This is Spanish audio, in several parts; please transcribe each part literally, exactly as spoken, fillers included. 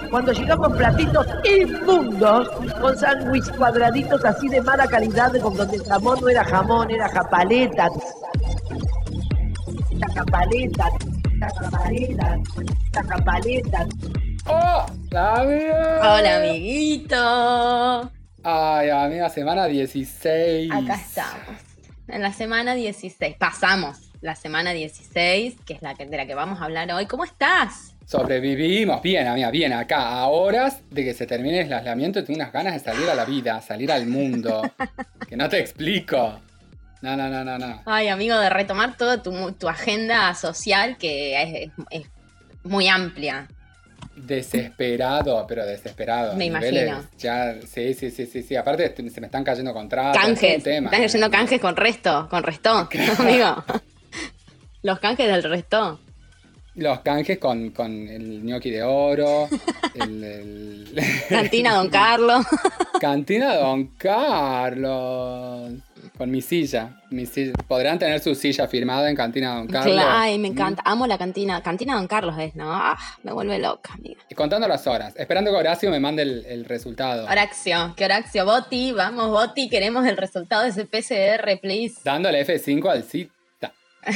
Cuando llegamos platitos inmundos, con sándwich cuadraditos así de mala calidad, con donde el jamón no era jamón, era japaleta. La japaleta, la japaleta, la japaleta. ¡Oh! ¡Amiga! Hola, amiguito. Ay, amiga, semana dieciséis. Acá estamos. En la semana dieciséis. Pasamos la semana dieciséis, que es la que, de la que vamos a hablar hoy. ¿Cómo estás? Sobrevivimos. Bien, amiga, bien. Acá, a horas de que se termine el aislamiento, tengo unas ganas de salir a la vida, salir al mundo. Que no te explico. No, no, no, no, no. Ay, amigo, de retomar toda tu, tu agenda social, que es, es muy amplia. Desesperado, pero desesperado. Me Niveles, imagino. Ya, sí, sí, sí, sí, sí. Aparte se me están cayendo contratos. Canjes. Tema, Están cayendo canjes con resto, con resto, amigo. Los canjes del resto. Los canjes con, con el gnocchi de oro. el, el... Cantina Don Carlos. Cantina Don Carlos. Con mi silla, mi silla. ¿Podrán tener su silla firmada en Cantina Don Carlos? Claro, ay, me encanta. ¿Mm? Amo la cantina. Cantina Don Carlos es, ¿no? Ah, me vuelve loca, amiga. Y contando las horas, esperando que Horacio me mande el, el resultado. Horacio, que Horacio, Boti, vamos, Boti, queremos el resultado de ese P C R, please. Dándole F cinco al cita.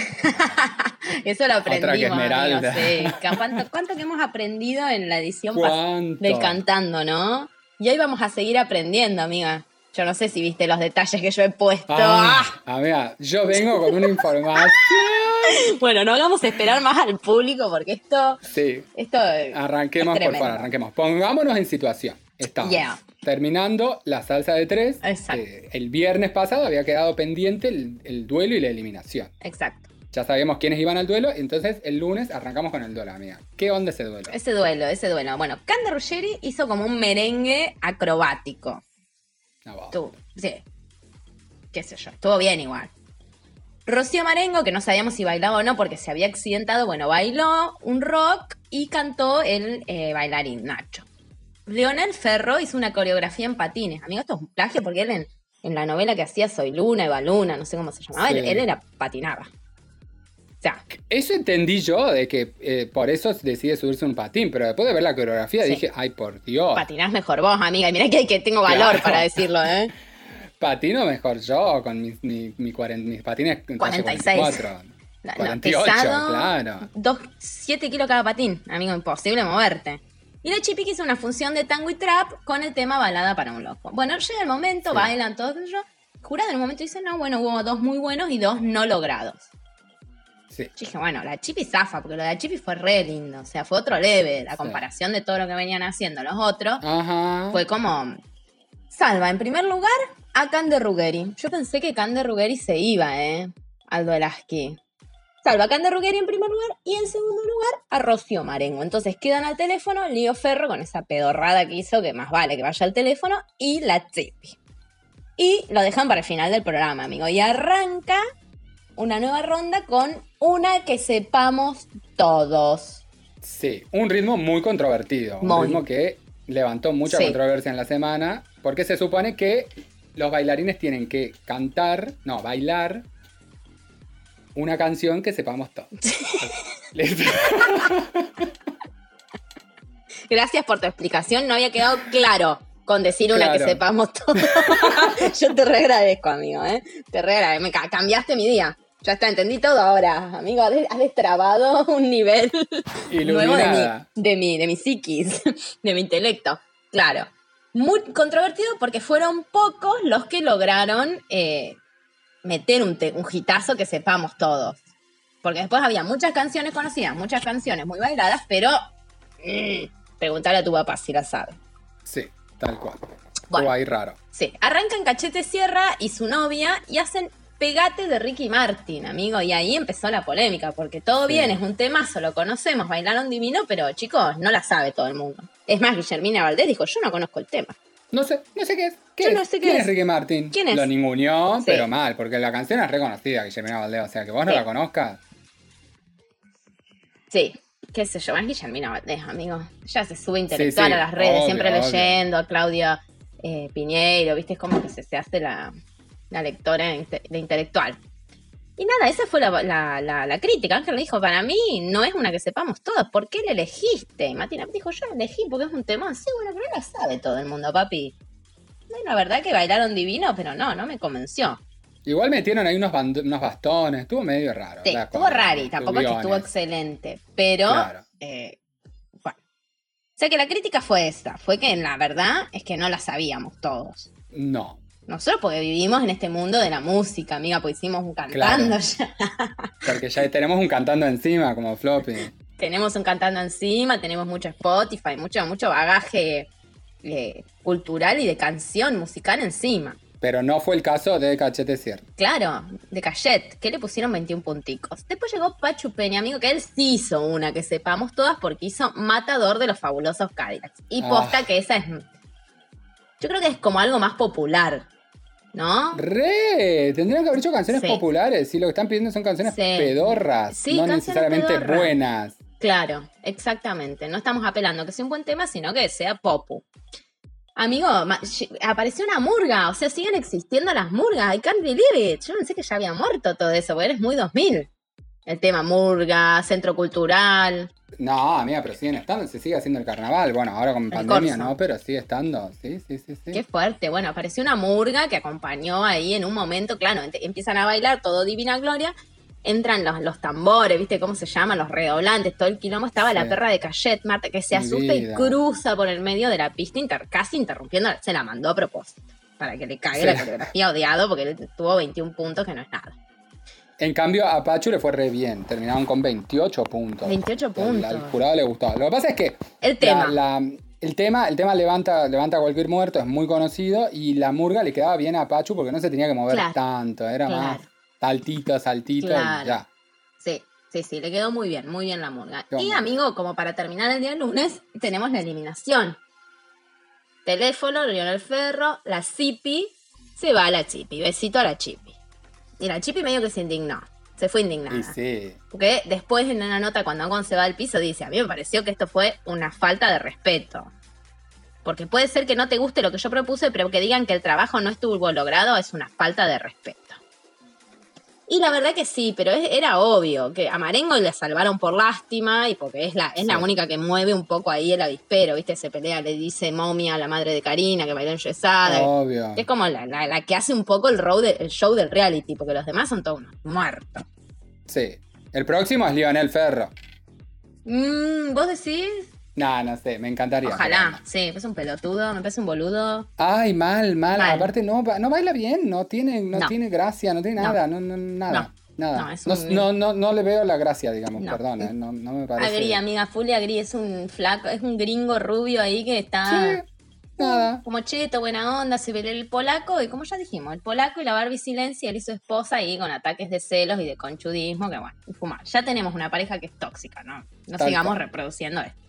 Eso lo aprendimos. Otra que Esmeralda. Amigo, sí. ¿Cuánto, ¿Cuánto que hemos aprendido en la edición ¿Cuánto? del Cantando, no? Y hoy vamos a seguir aprendiendo, amiga. Yo no sé si viste los detalles que yo he puesto. Ah, amiga, yo vengo con una información. Bueno, no hagamos esperar más al público porque esto... Sí. Esto arranquemos, por favor, arranquemos. Pongámonos en situación. Estamos yeah. terminando la salsa de tres. Exacto. Eh, el viernes pasado había quedado pendiente el, el duelo y la eliminación. Exacto. Ya sabíamos quiénes iban al duelo, entonces el lunes arrancamos con el duelo, amiga. ¿Qué onda ese duelo? Ese duelo, ese duelo. Bueno, Cande Ruggeri hizo como un merengue acrobático. No, wow. Tú, sí. Qué sé yo, estuvo bien igual. Rocío Marengo, que no sabíamos si bailaba o no porque se había accidentado, bueno, bailó un rock y cantó el eh, bailarín Nacho. Leonel Ferro hizo una coreografía en patines. Amigo, esto es un plagio porque él en, en la novela que hacía Soy Luna, Eva Luna, no sé cómo se llamaba, Sí. él, él era patinaba. O sea, eso entendí yo, de que eh, por eso decide subirse un patín, pero después de ver la coreografía sí. dije, ay, por Dios. patinás mejor vos, amiga, y mirá que, que tengo valor Claro. para decirlo, ¿eh? Patino mejor yo, con mis, mi, mi cuarenta, mis patines cuarenta y seis. cuarenta y cuatro. No, cuarenta y ocho, pesado, claro. Dos, siete kilos cada patín, amigo, imposible moverte. Y la Chipi hizo una función de tango y trap con el tema Balada para un loco. Bueno, llega el momento, Sí. bailan todos ellos. Jurado en un momento dice, no, bueno, hubo dos muy buenos y dos no logrados. Sí. Yo dije, bueno, la Chipi zafa, porque lo de la Chipi fue re lindo. O sea, fue otro leve. La Sí. comparación de todo lo que venían haciendo los otros Ajá. fue como... Salva, en primer lugar, a Cande Ruggeri. Yo pensé que Cande Ruggeri se iba, ¿eh? Aldo Elaski. Salva a Cande Ruggeri en primer lugar y en segundo lugar a Rocío Marengo. Entonces quedan al teléfono Lío Ferro con esa pedorrada que hizo, que más vale que vaya al teléfono, y la Chipi. Y lo dejan para el final del programa, amigo. Y arranca una nueva ronda con una que sepamos todos. Sí, un ritmo muy controvertido. Un Muy. ritmo que levantó mucha Sí. controversia en la semana, porque se supone que los bailarines tienen que cantar, no, bailar una canción que sepamos todos. Gracias por tu explicación, no había quedado claro con decir una Claro. que sepamos todos. Yo te re agradezco, amigo, ¿eh? Te re agradezco. Me ca- cambiaste mi día. Ya está, entendí todo ahora, amigo. Has, has destrabado un nivel nuevo de Iluminada. mi, de, mi, de mi psiquis, de mi intelecto. Claro. Muy controvertido porque fueron pocos los que lograron eh, meter un, te- un hitazo que sepamos todos. Porque después había muchas canciones conocidas, muchas canciones muy bailadas, pero mm, preguntale a tu papá si la sabe. Sí, tal cual. Bueno. O ahí raro. Sí, arrancan Cachete Sierra y su novia y hacen Pegate de Ricky Martin, amigo. Y ahí empezó la polémica, porque todo Sí. bien, es un temazo, lo conocemos, bailaron divino, pero chicos, no la sabe todo el mundo. Es más, Guillermina Valdés dijo, yo no conozco el tema. No sé, no sé qué es. ¿Qué Yo es? no sé qué ¿Quién es. es Ricky Martin? ¿Quién es? Lo ninguneó, Sí. pero mal, porque la canción es reconocida, Guillermina Valdés, o sea, que vos no Sí. la conozcas. Sí, qué sé yo, es Guillermina Valdés, amigo. Ella se sube intelectual sí, a las redes, obvio, siempre obvio. leyendo, a Claudia eh, Piñeiro, viste, es como que se, se hace la, la lectora inte- de intelectual. Y nada, esa fue la, la, la, la crítica. Ángel le dijo, para mí no es una que sepamos todas. ¿Por qué la elegiste? Y Matina dijo, yo la elegí porque es un tema. Sí, bueno, pero no la sabe todo el mundo, papi. Bueno, la verdad que bailaron divino, pero no, no me convenció. Igual metieron ahí unos, band- unos bastones, estuvo medio raro. Sí, estuvo rari, tampoco es que estuvo excelente. Pero, claro. eh, bueno. O sea que la crítica fue esta. Fue que la verdad es que no la sabíamos todos. No. Nosotros porque vivimos en este mundo de la música, amiga, pues hicimos un cantando Claro. ya. Porque ya tenemos un cantando encima, como Floppy. Tenemos un cantando encima, tenemos mucho Spotify, mucho, mucho bagaje eh, cultural y de canción musical encima. Pero no fue el caso de Cachete Cierto. Claro, de Cayet, que le pusieron veintiún punticos. Después llegó Pachu Peña, amigo, que él sí hizo una que sepamos todas porque hizo Matador de los Fabulosos Cadillacs. Y posta Ah. que esa es... Yo creo que es como algo más popular, ¿no? ¡Re! Tendrían que haber hecho canciones Sí. populares. Y lo que están pidiendo son canciones Sí. pedorras. Sí, no canciones necesariamente pedorras. buenas. Claro, exactamente. No estamos apelando a que sea un buen tema, sino que sea popu. Amigo, ma- ll- apareció una murga, o sea, siguen existiendo las murgas. I can't believe it. Yo pensé que ya había muerto todo eso, porque eres muy dos mil. El tema murga, centro cultural. No, amiga, pero siguen estando. Se sigue haciendo el carnaval. Bueno, ahora con El pandemia corso. no, pero sigue estando. Sí, sí, sí, sí. Qué fuerte. Bueno, apareció una murga que acompañó ahí en un momento, claro, ent- empiezan a bailar todo Divina Gloria. Entran los, los tambores, ¿viste cómo se llaman? Los redoblantes, todo el quilombo. Estaba Sí. la perra de Cayet, Marta, que se Mi asusta y vida. cruza por el medio de la pista, inter- casi interrumpiendo. Se la mandó a propósito, para que le cague Sí. la coreografía odiado, porque él tuvo veintiún puntos, que no es nada. En cambio, a Pachu le fue re bien. Terminaron con veintiocho puntos. veintiocho Al- puntos. Al, jurado le gustó. Lo que pasa es que El tema. la- la- el tema, el tema levanta, levanta a cualquier muerto, es muy conocido. Y la murga le quedaba bien a Pachu porque no se tenía que mover Claro. tanto. Era Claro. más saltito, saltito Claro. y ya. Sí, sí, sí, le quedó muy bien, muy bien la murga. Qué Y hombre. amigo, como para terminar el día lunes, tenemos la eliminación. Teléfono, Lionel Ferro, la Chipi, se va a la Chipi, besito a la Chipi. Y la Chipi medio que se indignó, se fue indignada. Y sí. Porque después en una nota cuando Agon se va al piso dice, a mí me pareció que esto fue una falta de respeto. Porque puede ser que no te guste lo que yo propuse, pero que digan que el trabajo no estuvo logrado es una falta de respeto. Y la verdad que sí, pero es- era obvio que a Marengo le salvaron por lástima y porque es la, es la Sí. única que mueve un poco ahí el avispero, ¿viste? Se pelea, le dice momia a la madre de Karina que bailó en Yesada. Obvio. Es como la, la- la que hace un poco el, row de- el show del reality, porque los demás son todos unos muertos. Sí. El próximo es Lionel Ferro. Mm, ¿Vos decís? No, no sé, me encantaría. Ojalá, pero no. sí, me parece un pelotudo, me parece un boludo. Ay, mal, mal. Mal. Aparte no, ba- no baila bien, no tiene, no, No. tiene gracia, no tiene No. nada, no, no, nada. Nada. No, es No, un- no, no, no le veo la gracia, digamos, No. perdón, eh, no, no me parece. Agri, amiga, fully agri, es un flaco, es un gringo rubio ahí que está Sí, nada. como cheto, buena onda, se ve el polaco, y como ya dijimos, el polaco y la Barbie Silencia, él y su esposa ahí con ataques de celos y de conchudismo, que bueno, y fumar. Ya tenemos una pareja que es tóxica, ¿no? No Tal sigamos cual. reproduciendo esto.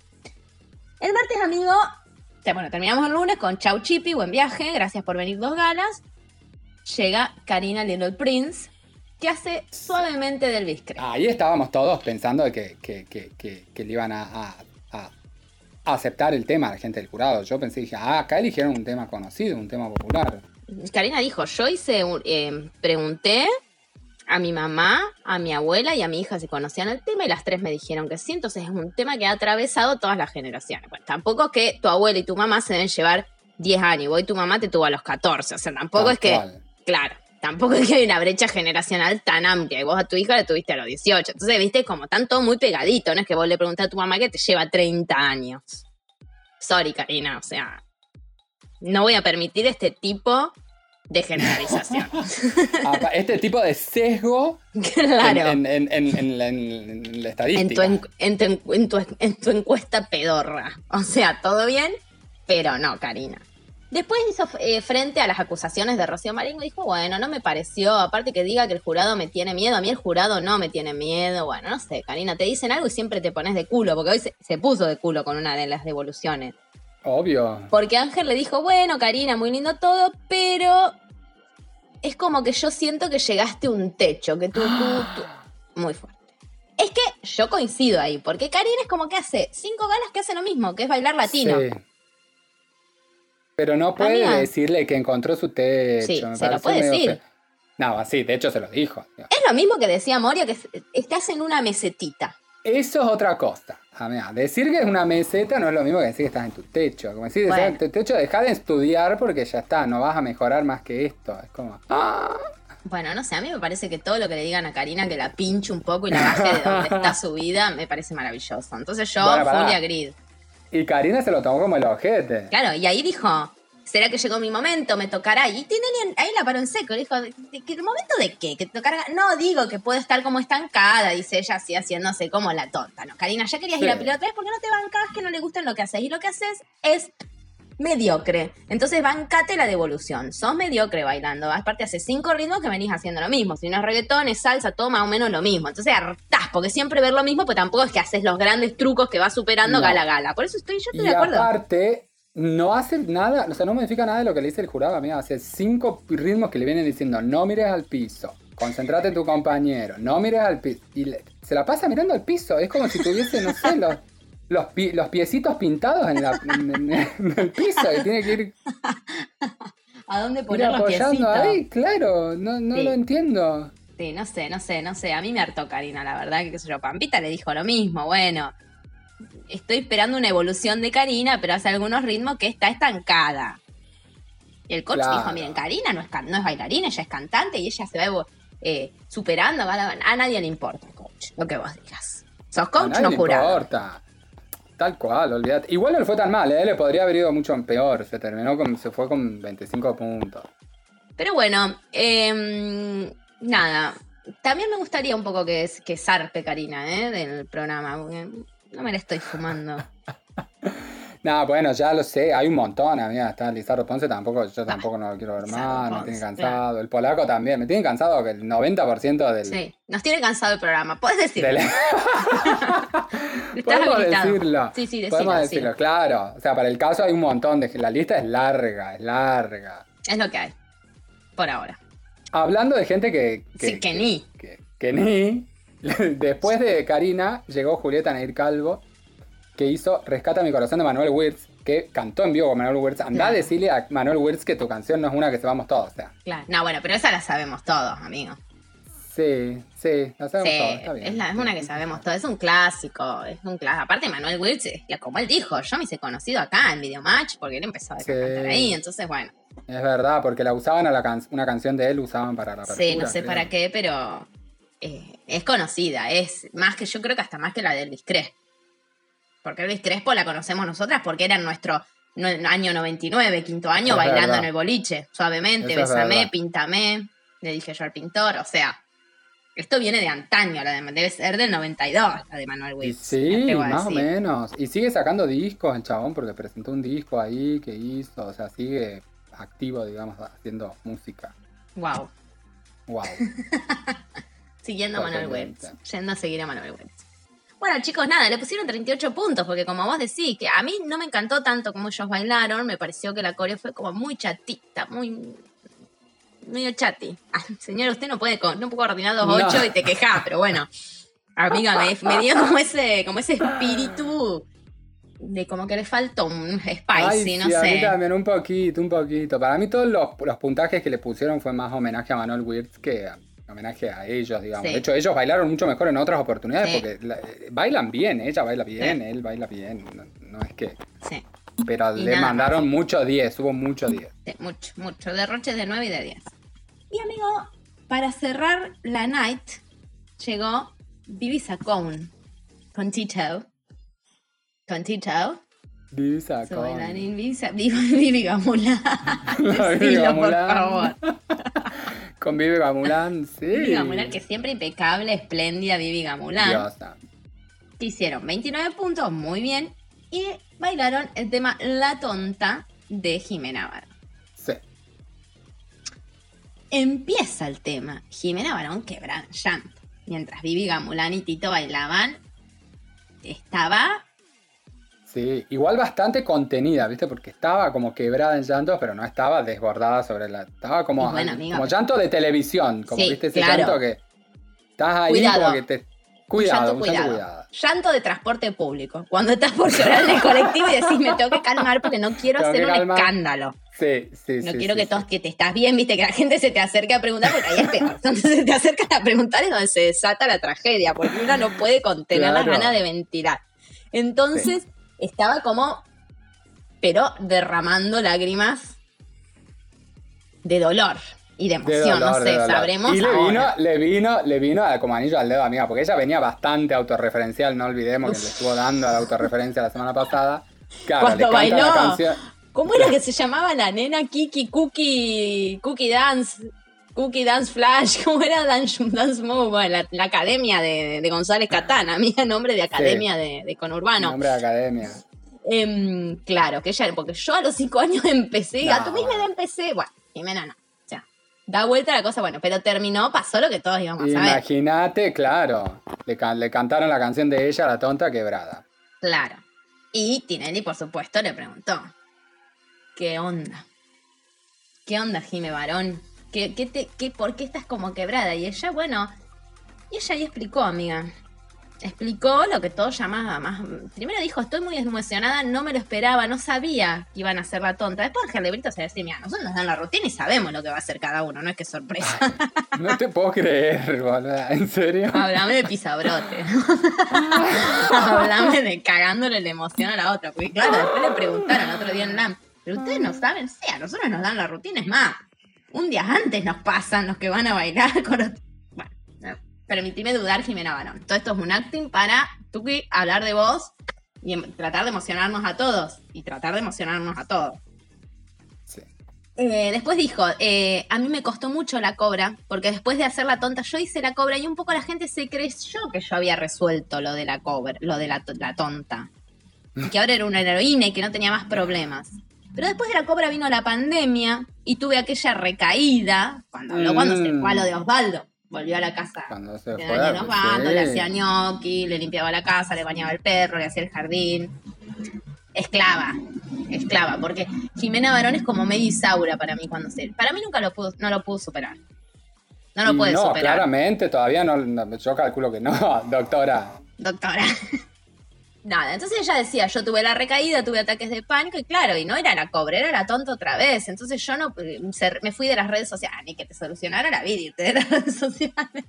El martes, amigo, te- bueno, terminamos el lunes con Chau Chipi, buen viaje, gracias por venir dos galas. Llega Karina Little Prince, que hace suavemente del Biscre. Ahí estábamos todos pensando de que, que, que, que, que le iban a, a, a- a aceptar el tema a la gente del jurado. Yo pensé, dije, ah, acá eligieron un tema conocido, un tema popular. Karina dijo, yo hice, un- eh, pregunté a mi mamá, a mi abuela y a mi hija si conocían el tema y las tres me dijeron que sí, entonces es un tema que ha atravesado todas las generaciones. Bueno, tampoco es que tu abuela y tu mamá se deben llevar diez años, vos y tu mamá te tuvo a los catorce, o sea, tampoco Tal es que, cual. claro, tampoco es que hay una brecha generacional tan amplia y vos a tu hija la tuviste a los dieciocho, entonces, viste, como están todos muy pegaditos, no es que vos le preguntás a tu mamá que te lleva treinta años. Sorry, Karina, o sea, no voy a permitir este tipo de generalización. Apa- Este tipo de sesgo Claro. en, en, en, en la- en- en la En estadística. tu, en, en tu, en, en tu, en tu encuesta pedorra. O sea, todo bien, pero no, Karina. Después hizo eh, frente a las acusaciones de Rocío Marengo y dijo, bueno, no me pareció, aparte que diga que el jurado me tiene miedo, a mí el jurado no me tiene miedo, bueno, no sé, Karina, te dicen algo y siempre te pones de culo, porque hoy se, se puso de culo con una de las devoluciones. Obvio. Porque Ángel le dijo, bueno, Karina, muy lindo todo, pero es como que yo siento que llegaste a un techo, que tú, tú, tú... Muy fuerte. Es que yo coincido ahí, porque Karina es como que hace cinco galas que hace lo mismo, que es bailar latino. Sí. Pero no puede Amiga. decirle que encontró su techo. Sí, me se lo parece puede medio decir. feo. No, sí, de hecho se lo dijo. Es lo mismo que decía Moria, que estás en una mesetita. Eso es otra cosa. Amiga, decir que es una meseta no es lo mismo que decir que estás en tu techo. Como decir, Bueno. en tu techo, dejá de estudiar porque ya está, no vas a mejorar más que esto. Es como... ¡ah! Bueno, no sé, a mí me parece que todo lo que le digan a Karina, que la pinche un poco y la baje de donde está su vida, me parece maravilloso. Entonces yo, Bueno, pará. fully agreed. Y Karina se lo tomó como el ojete. Claro, y ahí dijo, ¿será que llegó mi momento? ¿Me tocará? Y tiene, ahí la paró en seco, le dijo, ¿de, de, ¿el momento de qué? ¿Que te tocará? No, digo que puede estar como estancada, dice ella así haciéndose como la tonta. No, Karina, ya querías Sí. ir a pelear otra vez porque no te bancas, que no le gustan lo que haces. Y lo que haces es mediocre. Entonces bancate la devolución. Sos mediocre bailando. Aparte hace cinco ritmos que venís haciendo lo mismo. Si no es reggaetón, es salsa, todo más o menos lo mismo. Entonces hartás, porque siempre ver lo mismo, pues tampoco es que haces los grandes trucos que vas superando No. gala a gala. Por eso estoy, yo estoy Y de acuerdo. aparte, no hace nada, o sea, no modifica nada de lo que le dice el jurado, amiga. Hace cinco ritmos que le vienen diciendo, no mires al piso, concéntrate en tu compañero, no mires al piso. Y le- se la pasa mirando al piso. Es como si tuviese, no sé, los, los, pi- los piecitos pintados en, la, en, en- en el piso y tiene que ir, ¿A dónde ir poner los apoyando piecitos? ahí. Claro, no, no Sí. lo entiendo. Sí, no sé, no sé, no sé. A mí me hartó Karina, la verdad, que qué sé yo. Pampita le dijo lo mismo. Bueno, estoy esperando una evolución de Karina, pero hace algunos ritmos que está estancada. Y el coach Claro. dijo, miren, Karina no es, can- no es bailarina, ella es cantante y ella se va evo- eh, superando. A, a nadie le importa, coach, lo que vos digas. Sos A coach, nadie no le jurado. importa. Tal cual, olvídate. Igual no le fue tan mal, ¿eh? Le podría haber ido mucho peor. Se terminó con, se fue con veinticinco puntos. Pero bueno, eh, nada. También me gustaría un poco que, que zarpe Karina, ¿eh? Del programa, porque no me la estoy fumando. No, bueno, ya lo sé, hay un montón, amiga. Está Lizardo Ponce, tampoco, yo tampoco no lo quiero ver Lizardo más, me Ponce, tiene cansado. El polaco también, me tiene cansado que el noventa por ciento del... Sí, nos tiene cansado el programa. ¿Puedes decirlo? del- Estás Podemos habilitado. decirlo. Sí, sí, decilo, Podemos decilo. decirlo, claro. O sea, para el caso hay un montón de... La lista es larga, es larga. Es lo que hay. Por ahora. Hablando de gente que... Sí, que ni. Que, que ni... Después de Karina, llegó Julieta Neir Calvo, que hizo Rescata mi corazón de Manuel Wirtz, que cantó en vivo con Manuel Wirtz. Andá Claro. a decirle a Manuel Wirtz que tu canción no es una que sepamos todos. O sea, Claro. No, bueno, pero esa la sabemos todos, amigo. sí, sí, la sabemos Sí, todos, está bien. es, la- es una que sabemos todos. Es un clásico. Es un clásico. Aparte, Manuel Wirtz, es- ya como él dijo, yo me hice conocido acá en Videomatch porque él empezó a Sí. cantar ahí. Entonces, bueno. Es verdad, porque la usaban a la can- una canción de él, usaban para la apertura. Sí, no sé creo. para qué, pero eh, es conocida. Es más que, yo creo que hasta más que la de Elvis Crespo. Porque Elvis Crespo la conocemos nosotras porque era en nuestro no- año noventa y nueve, quinto año, Es bailando verdad. en el boliche. Suavemente, Eso es Bésame, verdad. Píntame, le dije yo al pintor. O sea, esto viene de antaño, la de, debe ser del noventa y dos, la de Manuel Y Wirtz. me sí, atrevo a más o decir. menos. Y sigue sacando discos el chabón, porque presentó un disco ahí que hizo. O sea, sigue activo, digamos, haciendo música. Wow. Wow. Siguiendo a Manuel Totalmente. Wirtz. Yendo a seguir a Manuel Wirtz. Bueno, chicos, nada, le pusieron treinta y ocho puntos, porque como vos decís, que a mí no me encantó tanto como ellos bailaron, me pareció que la coreo fue como muy chatita, muy... medio chati. Ah, señor, usted no puede, co- no puede coordinar los No. ocho y te quejás, pero bueno. Amiga, me, me dio como ese, como ese espíritu de como que le faltó un spicy, Ay, no sí, a mí sé. también, un poquito, un poquito. Para mí todos los, los puntajes que le pusieron fue más homenaje a Manuel Wirtz que a- homenaje a ellos, digamos. Sí. De hecho, ellos bailaron mucho mejor en otras oportunidades Sí. porque la- eh, bailan bien, ella baila bien, Sí. él baila bien. No, no es que... Sí, Pero Y le nada mandaron mucho diez, hubo mucho diez. sí, mucho, mucho. Derroches de nueve y de diez. Y amigo, para cerrar la night, llegó Bibi Sacón con Tito. Con Tito. Divisa Su con... bailarín Bibi Sa- Bibi Bibi Gamulán. Vivi Decilo, por Gamulán. favor. Con Vivi Gamulán, sí. Bibi Gamulán, que siempre impecable, espléndida Bibi Gamulán. Diosa. Que hicieron veintinueve puntos, muy bien. Y bailaron el tema La Tonta de Jimena Barón. Sí. Empieza el tema. Jimena Barón quebra en llanto. Mientras Bibi Gamulán y Tito bailaban, estaba... Sí, igual bastante contenida, ¿viste? Porque estaba como quebrada en llantos, pero no estaba desbordada sobre la... Estaba como, Y bueno, amiga, como llanto de televisión, como Sí, viste ese claro. llanto que estás ahí Cuidado. como que te... Cuidado, llanto un cuidado. llanto cuidado. Llanto de transporte público. Cuando estás por llorar en el colectivo y decís, me tengo que calmar porque no quiero Tengo hacer que un calmar. escándalo. Sí, sí, No sí, quiero sí, que sí. todos, que te estás bien, viste, que la gente se te acerque a preguntar, porque ahí es peor. Entonces se te acercan a preguntar es donde se desata la tragedia, porque uno no puede contener las Claro. ganas de ventilar. Entonces, estaba como, pero derramando lágrimas de dolor y de De emoción, dolor, no de sé, dolor. sabremos Y le ahora. vino, le vino, le vino a- como anillo al dedo, amiga, porque ella venía bastante autorreferencial, no olvidemos que le estuvo dando a la autorreferencia la semana pasada. Claro, Cuando le canta la bailó, canción. ¿cómo era que se llamaba la nena? Kiki, Cookie, Cookie Dance, Cookie Dance Flash, ¿cómo era Dance, Dance Move? Bueno, la, la academia de, de González Catana, mía, nombre de academia de, de conurbano. Nombre de academia. Em, claro, que ella, porque yo a los cinco años empecé, No, a tu misma edad bueno. empecé, bueno, Jimena no, o sea, da vuelta la cosa, bueno, pero terminó, pasó lo que todos íbamos a saber. Imagínate, claro. Le, can- le cantaron la canción de ella, La Tonta Quebrada. Claro. Y Tinelli, por supuesto, le preguntó, ¿qué onda? ¿Qué onda, Jime Barón? ¿Qué, qué te, qué, ¿Por qué estás como quebrada? Y ella, bueno, y ella ahí explicó, amiga. Explicó lo que todos llamaban más. Primero dijo, estoy muy emocionada, no me lo esperaba, no sabía que iban a hacer la tonta. Después Ángel de Brito se decía, mira, nosotros nos dan la rutina y sabemos lo que va a hacer cada uno, no es que es sorpresa. No te puedo creer, boluda. ¿En serio? Háblame de pisabrote. Háblame de cagándole la emoción a la otra. Porque claro, después le preguntaron otro día en LAM, pero ustedes no saben, sí, a nosotros nos dan la rutina, es más, un día antes nos pasan los que van a bailar con otro. Bueno, no, permitime dudar, Jimena Barón. Todo esto es un acting para, Tuki, hablar de vos y em- tratar de emocionarnos a todos. Y tratar de emocionarnos a todos. Sí. Eh, después dijo, eh, a mí me costó mucho la cobra, porque después de hacer la tonta, yo hice la cobra y un poco la gente se creyó que yo había resuelto lo de la cobra, lo de la, to- la tonta. Y que ahora era una heroína y que no tenía más problemas. Pero después de la cobra vino la pandemia y tuve aquella recaída, cuando habló, Mm. cuando se fue a lo de Osvaldo. Volvió a la casa Cuando se de fue, Daniel Osvaldo, sí. le hacía gnocchi, le limpiaba la casa, le bañaba el perro, le hacía el jardín. Esclava, esclava, porque Jimena Barón es como medio Isaura para mí cuando se... Para mí nunca lo pudo, no lo pudo superar. No lo Y puede no, superar, claramente todavía no, no, yo calculo que no, doctora. doctora. Nada, entonces ella decía, yo tuve la recaída, tuve ataques de pánico, y claro, y no era la cobra, era la tonta otra vez. Entonces yo no se- me fui de las redes sociales, ah, ni que te solucionara la vida irte de las redes sociales.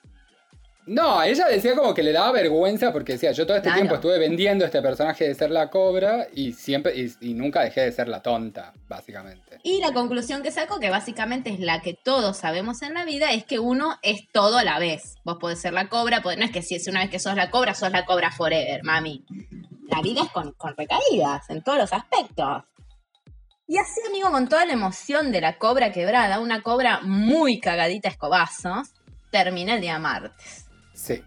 No, ella decía como que le daba vergüenza porque decía, yo todo este Claro. tiempo estuve vendiendo este personaje de ser la cobra y siempre y, y nunca dejé de ser la tonta, básicamente. Y la conclusión que sacó, que básicamente es la que todos sabemos en la vida, es que uno es todo a la vez. Vos podés ser la cobra, podés- no es que si es una vez que sos la cobra, sos la cobra forever, mami. La vida es con, con recaídas, en todos los aspectos. Y así, amigo, con toda la emoción de la cobra quebrada, una cobra muy cagadita a escobazos, termina el día martes. Sí.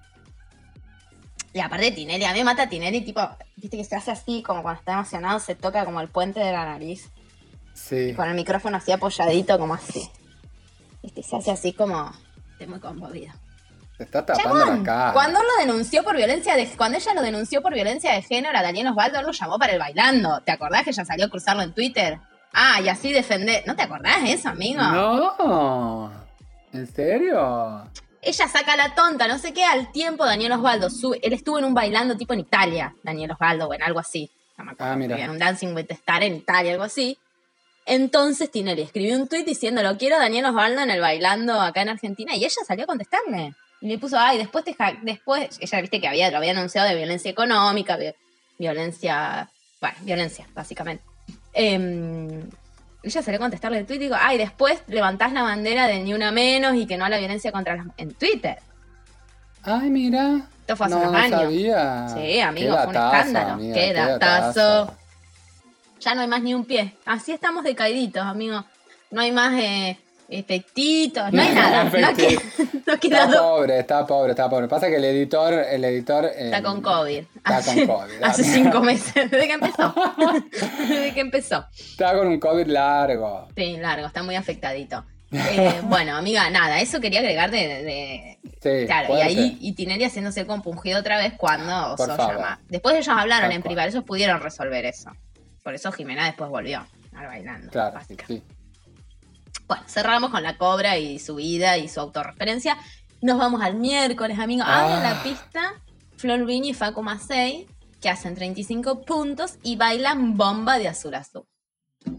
Y aparte Tinelli, a mí me mata Tinelli, tipo, viste que se hace así, como cuando está emocionado, se toca como el puente de la nariz. Sí. Con el micrófono así apoyadito, como así. Viste, se hace así como, estoy muy conmovido. Se está tapando Chabón, la cara. cuando él lo denunció por violencia de, cuando ella lo denunció por violencia de género a Daniel Osvaldo, él lo llamó para el bailando. ¿Te acordás que ella salió a cruzarlo en Twitter? Ah, y así defender. ¿No te acordás de eso, amigo? No. ¿En serio? Ella saca la tonta, no sé qué, al tiempo Daniel Osvaldo sube, él estuvo en un bailando tipo en Italia, Daniel Osvaldo, o en algo así. No me acuerdo, Ah, mira. en un Dancing with the Star en Italia, algo así. Entonces Tinelli escribió un tuit diciendo, lo quiero Daniel Osvaldo en el bailando acá en Argentina, y ella salió a contestarle. Y le puso, ay, después te ja- después, ella viste que había, lo había anunciado de violencia económica, vi- violencia, bueno, violencia, básicamente. Em, ella salió a contestarle el tuit y digo, ay, después levantás la bandera de ni una menos y que no a la violencia contra las... en Twitter. Ay, mira. Esto fue hace no, unos no años. sabía. Sí, amigo, Qué fue un datazo, escándalo. amiga, Qué datazo. datazo. Ya no hay más ni un pie. Así estamos decaíditos, amigo. No hay más eh, efectitos, no hay nada. No, queda, no queda Está do- pobre, está pobre, está pobre. Pasa que el editor, el editor... eh, Está con COVID. Está hace, con COVID. Hace amiga. cinco meses, desde que empezó. Desde que empezó. Está con un COVID largo. Sí, largo, está muy afectadito. Eh, bueno, amiga, nada, eso quería agregar de... de- de- Sí, claro, y fuerte. ahí y Tinelli haciéndose el compungido otra vez cuando Por Oso favor. llama. Después ellos hablaron Tal en cual. privado, ellos pudieron resolver eso. Por eso Jimena después volvió al bailando. Claro, básicamente. sí. Bueno, cerramos con la cobra y su vida y su autorreferencia. Nos vamos al miércoles, amigos. Abren Ah. la pista Flor Viña y Facu Macei, que hacen treinta y cinco puntos y bailan Bomba de Azul Azul.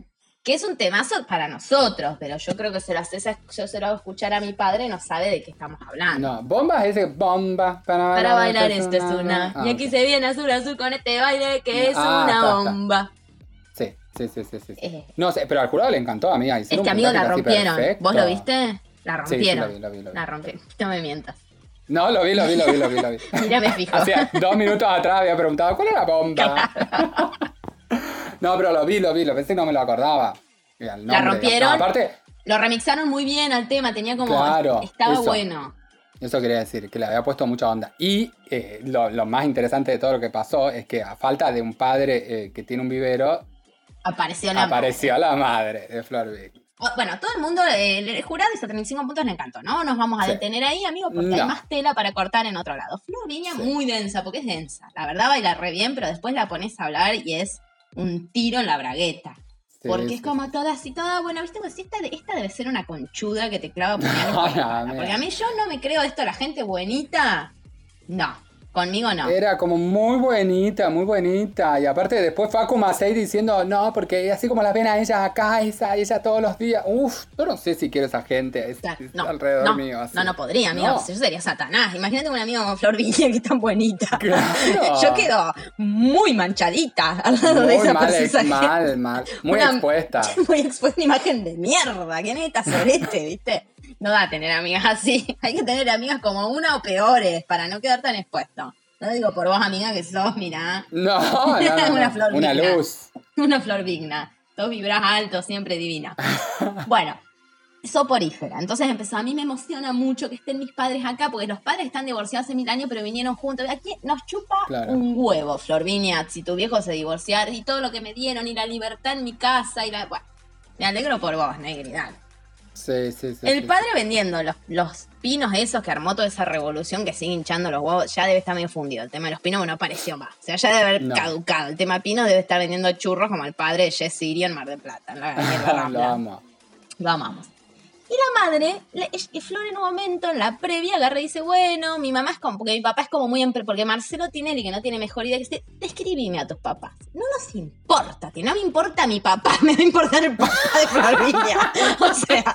Que es un temazo para nosotros, pero yo creo que se lo haces a, yo se lo hago escuchar a mi padre y no sabe de qué estamos hablando. No, bomba es ese bomba. Para, Para bailar esto esto es una. Ah, y aquí ok. se viene azul azul con este baile que es Ah, una está, está. bomba. Sí, sí, sí, sí, sí. sí. Eh. No sé, pero al jurado le encantó, amiga. Es que, amigo, la rompieron. ¿Vos lo viste? La Sí, sí, rompieron. lo vi, lo vi, lo vi. La rompieron. No me mientas. No, lo vi, lo vi, lo vi, lo vi, lo vi. Mira, me fijo. Hacía dos minutos atrás había preguntado, ¿cuál era la bomba? No, pero lo vi, lo vi, lo pensé que no me lo acordaba. Mira, el La nombre, rompieron. no, aparte, Lo remixaron muy bien al tema, tenía como... Claro, estaba eso. bueno. eso quería decir, que le había puesto mucha onda. Y eh, lo, lo más interesante de todo lo que pasó es que a falta de un padre eh, que tiene un vivero, Apareció la... apareció la madre de Flor Vic. Oh, Bueno, todo el mundo, eh, el jurado hizo treinta y cinco puntos, le encantó. No nos vamos a Sí. detener ahí, amigo, porque No. hay más tela para cortar en otro lado. Flor Viña Sí. muy densa, porque es densa. La verdad baila re bien, pero después la pones a hablar y es un tiro en la bragueta. Sí, Porque sí, es como sí. toda así, toda, bueno, viste, pues esta, de- esta debe ser una conchuda que te clava puñales No, por la no, espalda. mira. Porque a mí yo no me creo esto, la gente buenita, no, conmigo no. Era como muy buenita, muy buenita. Y aparte después Facu Macei diciendo, no, porque así como la ven a ella acá, esa, ella todos los días. Uf, yo no sé si quiero esa gente es- O sea, es no, alrededor no, mío. Así. no, no podría, amigo. No. Yo sería Satanás. Imagínate un amigo como Flor Viña que es tan bonita. Claro. Yo quedo muy manchadita al lado de Muy esa mal, persona. mal, mal. Muy Una- expuesta. Muy expuesta, una imagen de mierda. ¿Quién es esta sorete, viste? No da tener amigas así. Hay que tener amigas como una o peores para no quedar tan expuesto. No digo por vos, amiga, que sos, mirá, No, no, no, no. Una flor Una digna. luz. una flor vigna. Todos vibrás alto, siempre divina. Bueno, soporífera. Entonces empezó, a mí me emociona mucho que estén mis padres acá, porque los padres están divorciados hace mil años, pero vinieron juntos. Aquí nos chupa Claro. un huevo, Flor Viña, si tu viejo se divorciara, y todo lo que me dieron, y la libertad en mi casa, y la... Bueno, me alegro por vos, Negridad. Sí, sí, sí. El sí, padre vendiendo los, los pinos esos que armó toda esa revolución que sigue hinchando los huevos, ya debe estar medio fundido. El tema de los pinos no apareció más. O sea, ya debe haber No. caducado. El tema pino debe estar vendiendo churros como el padre de Jess Sirio en Mar del Plata. En la, en la sí. Lo Rambla. amo. Lo amamos. Y la madre, le- y Flor en un momento, en la previa, agarra y dice, bueno, mi mamá es como, porque mi papá es como muy, empre- porque Marcelo Tinelli, que no tiene mejor idea que este, describime a tus papás. No nos importa, que no me importa mi papá, me va a importar el papá de Flor Viña. O sea,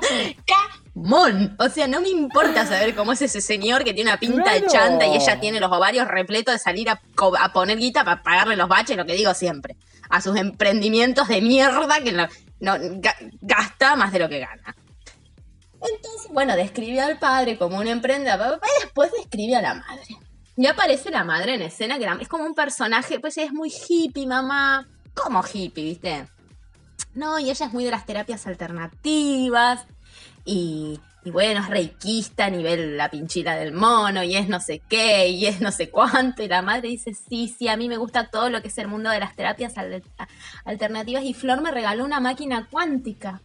camón. O sea, no me importa saber cómo es ese señor que tiene una pinta de Claro. chanta y ella tiene los ovarios repletos de salir a, co- a poner guita para pagarle los baches, lo que digo siempre. A sus emprendimientos de mierda que no, no, ga- gasta más de lo que gana. Entonces, bueno, describe al padre como un emprendedor y después describe a la madre. Y aparece la madre en escena, que la- es como un personaje, pues ella es muy hippie, mamá. ¿Cómo hippie, viste? No, y ella es muy de las terapias alternativas. Y, y bueno, es reikista a nivel la pinchila del mono, y es no sé qué, y es no sé cuánto. Y la madre dice, sí, sí, a mí me gusta todo lo que es el mundo de las terapias al- alternativas. Y Flor me regaló una máquina cuántica.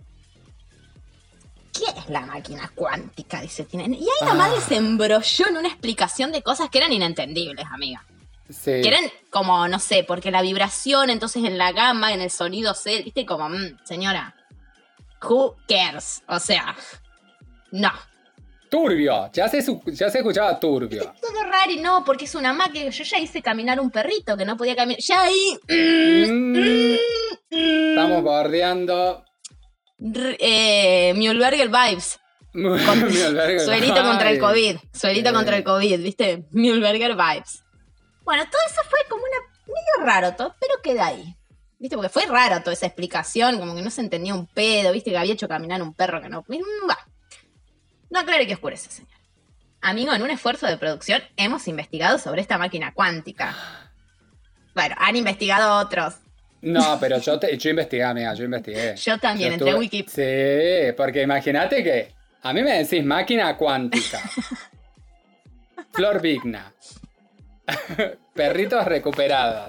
¿Qué es la máquina cuántica? Dice Tina. Y ahí la Ah. madre se embrolló en una explicación de cosas que eran inentendibles, amiga. Sí. Que eran como, no sé, porque la vibración, entonces en la gama, en el sonido, se, viste, como, mm, señora, who cares? O sea, no. Turbio. Ya se, su- ya se escuchaba turbio. Todo raro y no, porque es una máquina. Yo ya hice caminar un perrito que no podía caminar. Ya ahí. Mm, estamos bordeando. R- eh, Mühlberger vibes. Mi albergue. Suerito contra el Ay. COVID. Suerito Eh. contra el COVID, ¿viste? Mühlberger vibes. Bueno, todo eso fue como una... medio raro todo, pero queda ahí. ¿Viste? Porque fue raro toda esa explicación, como que no se entendía un pedo, ¿viste? Que había hecho caminar un perro que no... Mm, va. No aclare que oscurece, señor. Amigo, en un esfuerzo de producción hemos investigado sobre esta máquina cuántica. Bueno, han investigado otros. No, pero yo, te, yo investigué, amiga, yo investigué. Yo también, Yo entré a estuve- Wiki. Sí, porque imagínate que a mí me decís máquina cuántica, Flor Vigna, perritos recuperados.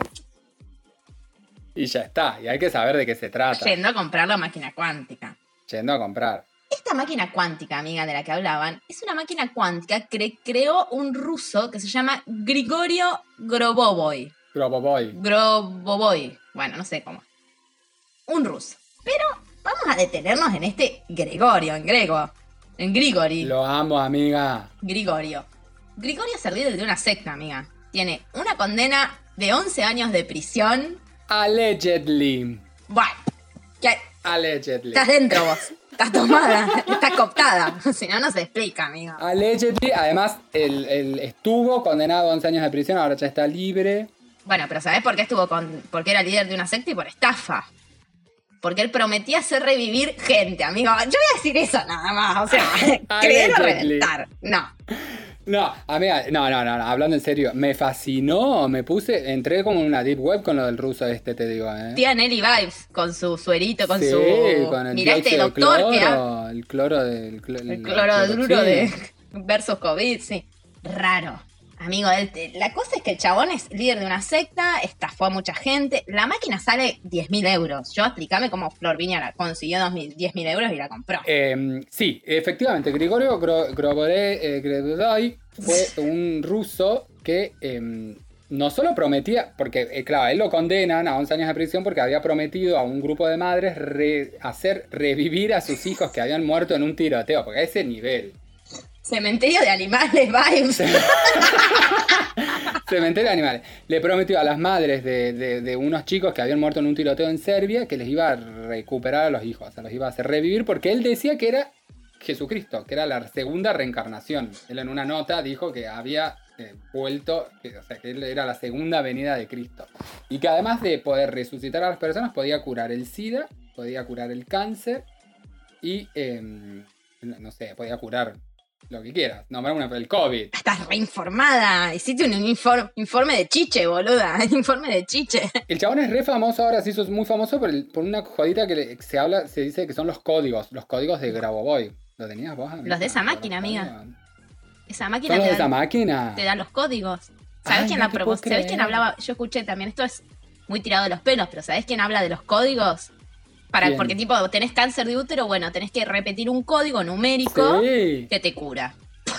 Y ya está, y hay que saber de qué se trata. Yendo a comprar la máquina cuántica. Yendo a comprar. Esta máquina cuántica, amiga, de la que hablaban, es una máquina cuántica que creó un ruso que se llama Grigorio Grobovoy. Groboboy. Grobovoy. Bueno, no sé cómo. Un ruso. Pero vamos a detenernos en este Gregorio, en grego. En Grigori. Lo amo, amiga. Grigorio. Grigorio es el líder de una secta, amiga. Tiene una condena de once años de prisión. Allegedly. Bueno, que Allegedly. Estás dentro vos. Estás tomada. Estás cooptada. Si no, no se explica, amigo. Allegedly. Además, él, él estuvo condenado a once años de prisión, ahora ya está libre. Bueno, pero ¿sabés por qué estuvo con...? Porque era líder de una secta y por estafa. Porque él prometía hacer revivir gente, amigo. Yo voy a decir eso nada más. O sea, creer o reventar. No. No, amiga, no, no, no, no, hablando en serio, me fascinó, me puse, entré como en una deep web con lo del ruso este, te digo, ¿eh? Tía Nelly Vibes, con su suerito, con sí, su... con el Mirá este dióxido de doctor que cloro, el cloro del... Cl El cloroduro de versus COVID, sí. Raro. Amigo, él, la cosa es que el chabón es líder de una secta, estafó a mucha gente. La máquina sale diez mil euros. Yo explícame cómo Flor Viña la consiguió diez mil euros y la compró. Eh, sí, efectivamente, Grigorio Groboday fue un ruso que eh, no solo prometía, porque eh, claro, él lo condenan a once años de prisión porque había prometido a un grupo de madres re, hacer revivir a sus hijos que habían muerto en un tiroteo, porque a ese nivel. Cementerio de animales, vibes. Cementerio de animales. Le prometió a las madres de, de, de unos chicos que habían muerto en un tiroteo en Serbia que les iba a recuperar a los hijos, o sea, los iba a hacer revivir porque él decía que era Jesucristo, que era la segunda reencarnación. Él en una nota dijo que había eh, vuelto, que, o sea, que él era la segunda venida de Cristo. Y que además de poder resucitar a las personas, podía curar el SIDA, podía curar el cáncer y, eh, no sé, podía curar... lo que quieras, nombrar una el COVID. Estás reinformada. Hiciste un informe, informe de chiche, boluda. Informe de chiche. El chabón es re famoso ahora, se hizo muy famoso por, el, por una jodita que le, se habla, se dice que son los códigos, los códigos de Grabovoi. ¿Lo tenías vos, amiga? Los de esa máquina, amiga. Esa máquina. ¿Son los te de da, esa máquina? Te da los códigos. ¿Sabés Ay, quién no la te probó? puedo ¿Sabés quién creer. hablaba? Yo escuché también, esto es muy tirado de los pelos, pero ¿sabés quién habla de los códigos? Para, ¿Quién? porque tipo, tenés cáncer de útero, bueno, tenés que repetir un código numérico Sí. que te cura.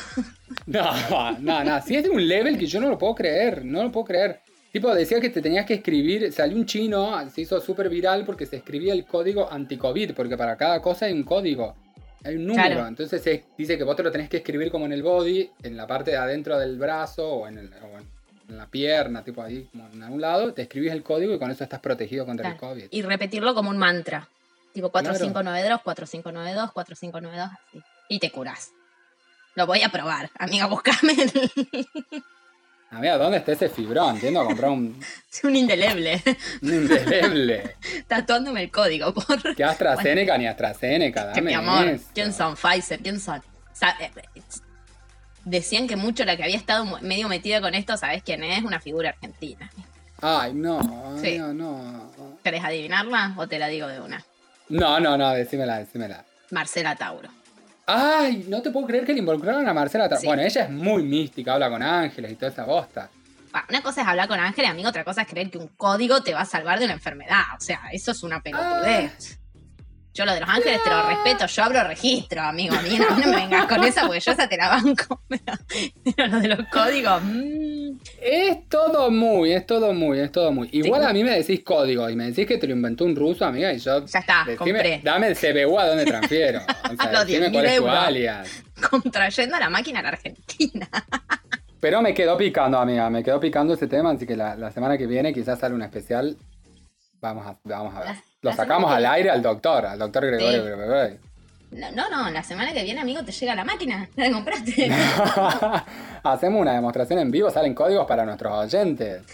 No, no, no. Si es de un level que yo no lo puedo creer, no lo puedo creer. Tipo, decía que te tenías que escribir, salió un chino, se hizo súper viral porque se escribía el código anti-COVID, porque para cada cosa hay un código, hay un número. Claro. Entonces se dice que vos te lo tenés que escribir como en el body, en la parte de adentro del brazo o en, el, o en la pierna, tipo ahí, como en algún lado, te escribís el código y con eso estás protegido contra Claro. el COVID. Y repetirlo como un mantra. Tipo cuatro Claro. cinco nueve dos, cuatro cinco nueve dos, cuatro cinco nueve dos, así. Y te curás. Lo voy a probar. Amiga, buscame el... Amiga, ¿dónde está ese fibrón? Entiendo a comprar un, Es un indeleble. un indeleble. Tatuándome el código, por... Que AstraZeneca ni AstraZeneca, Que dame mi amor, eso. ¿quién son? Pfizer, ¿quién son? O sea, eh, eh, decían que mucho la que había estado mu- medio metida con esto, ¿sabés quién es? Una figura argentina. Ay, no, Sí. no, no. ¿Querés adivinarla o te la digo de una? No, no, no, decímela, decímela. Marcela Tauro. Ay, no te puedo creer que le involucraron a Marcela Tauro. Sí. Bueno, ella es muy mística, habla con ángeles y toda esa bosta. Bueno, una cosa es hablar con Ángel, amigo, otra cosa es creer que un código te va a salvar de una enfermedad. O sea, eso es una pelotudez. Yo lo de los ángeles te lo respeto, yo abro registro, amigo. A mí no, no me vengas con esa porque yo esa te la banco. Pero, pero lo de los códigos... mmm. Es todo muy, es todo muy, es todo muy. Igual Sí. a mí me decís código y me decís que te lo inventó un ruso, amiga, y yo... Ya está, decime, compré. dame el C B U a dónde transfiero. O sea, Los decime diez mil cuál es tu euros. alias. Contrayendo a la máquina a la Argentina. Pero me quedó picando, amiga, me quedó picando ese tema, así que la, la semana que viene quizás sale un especial. Vamos a, vamos a ver. La- Lo la sacamos semana al que- aire al doctor, al doctor Gregorio Sí. Gregorio. No, no, no, la semana que viene, amigo, te llega la máquina. ¿La compraste? Hacemos una demostración en vivo, salen códigos para nuestros oyentes.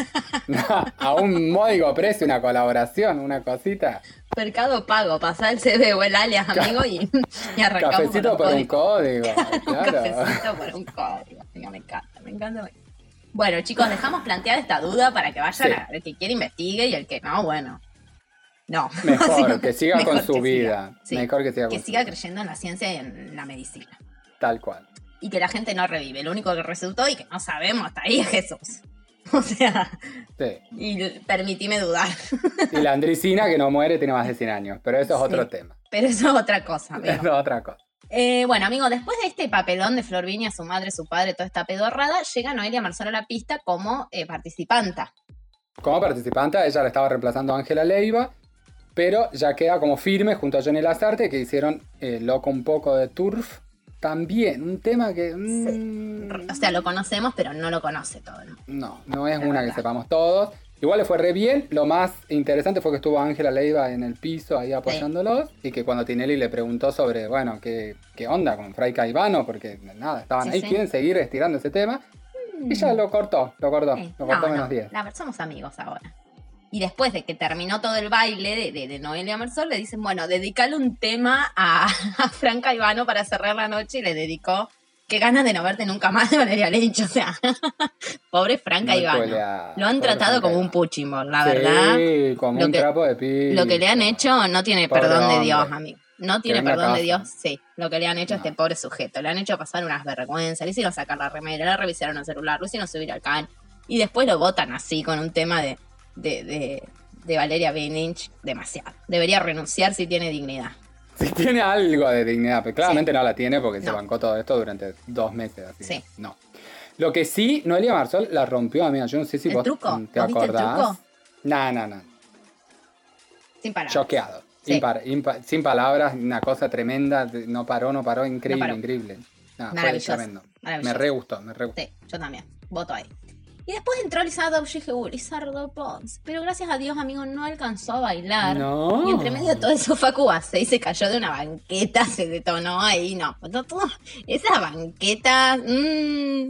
A un módico precio, una colaboración, una cosita. Mercado Pago, pasá el C B o el alias, amigo, y, y arrancamos Cafecito con por los un códigos. código. Un Claro. cafecito por un código. Amiga, me encanta, me encanta. Bueno, chicos, dejamos planteada esta duda para que vayan Sí. a, el que quiere investigue y el que no, bueno. No. Mejor, Sí, que siga mejor con su que vida. siga. Sí, Mejor que siga que con su siga vida. creyendo en la ciencia y en la medicina. Tal cual. Y que la gente no revive. Lo único que resultó y que no sabemos hasta ahí es Jesús. O sea, Sí. y permitime dudar. Y la andricina que no muere tiene más de cien años, pero eso es otro Sí. tema. Pero eso es otra cosa, amigo. Eso es otra cosa. Eh, bueno, amigo, después de este papelón de Flor Viña, su madre, su padre, toda esta pedorrada, llega Noelia Marzano a la pista como eh, participanta. Como participante, ella la estaba reemplazando a Ángela Leiva, pero ya queda como firme junto a Johnny Lazarte, que hicieron eh, Loco un poco de Turf. También, un tema que... mm, O sea, lo conocemos, pero no lo conoce todo, ¿no? no, no es Es una verdad. que sepamos todos. Igual le fue re bien. Lo más interesante fue que estuvo Ángela Leiva en el piso ahí apoyándolos. Sí. Y que cuando Tinelli le preguntó sobre, bueno, qué, qué onda con Fray Caivano, porque nada, estaban sí, ahí, sí. quieren seguir estirando ese tema. Mm. Ella lo cortó, lo cortó, sí. lo cortó no, menos no. diez. La, somos amigos ahora. Y después de que terminó todo el baile de, de, de Noelia Marsol, le dicen, bueno, dedicale un tema a, a Fran Caivano para cerrar la noche, y le dedicó Qué ganas de no verte nunca más de Valeria Lynch, o sea, pobre Fran Caivano. Lo han tratado como un puchimol, la sí, verdad. Sí, como lo un que, trapo de piso. Lo que le han hecho no tiene Pobre perdón hombre. de Dios, amigo. No tiene perdón de Dios, sí. Lo que le han hecho no. a este pobre sujeto. Le han hecho pasar unas vergüenzas, le hicieron sacar la remera, le revisaron el celular, lo hicieron subir al can. Y después lo botan así con un tema de, de, de, de Valeria Lynch, demasiado. Debería renunciar si tiene dignidad. Si tiene algo de dignidad, pero claramente sí. no la tiene porque no. se bancó todo esto durante dos meses. Así sí. No. Lo que sí, Noelia Marsol la rompió, amiga. Yo no sé si ¿El vos truco? te ¿Vos acordás. ¿Viste el truco? No, no, no. Sin palabras. Choqueado. Sí. Impar, impar, sin palabras, una cosa tremenda. No paró, no paró. Increíble, no paró. increíble. No, maravilloso. Fue tremendo. Maravilloso. Me re gustó, me re gustó. Sí, yo también. Voto ahí. Y después entró Lizardo, yo dije, uh, Lizardo Pons. Pero gracias a Dios, amigo, no alcanzó a bailar. No. Y entre medio de todo eso, Facu Bacé se cayó de una banqueta, se detonó ahí, no. Todo, esa banqueta. Mmm.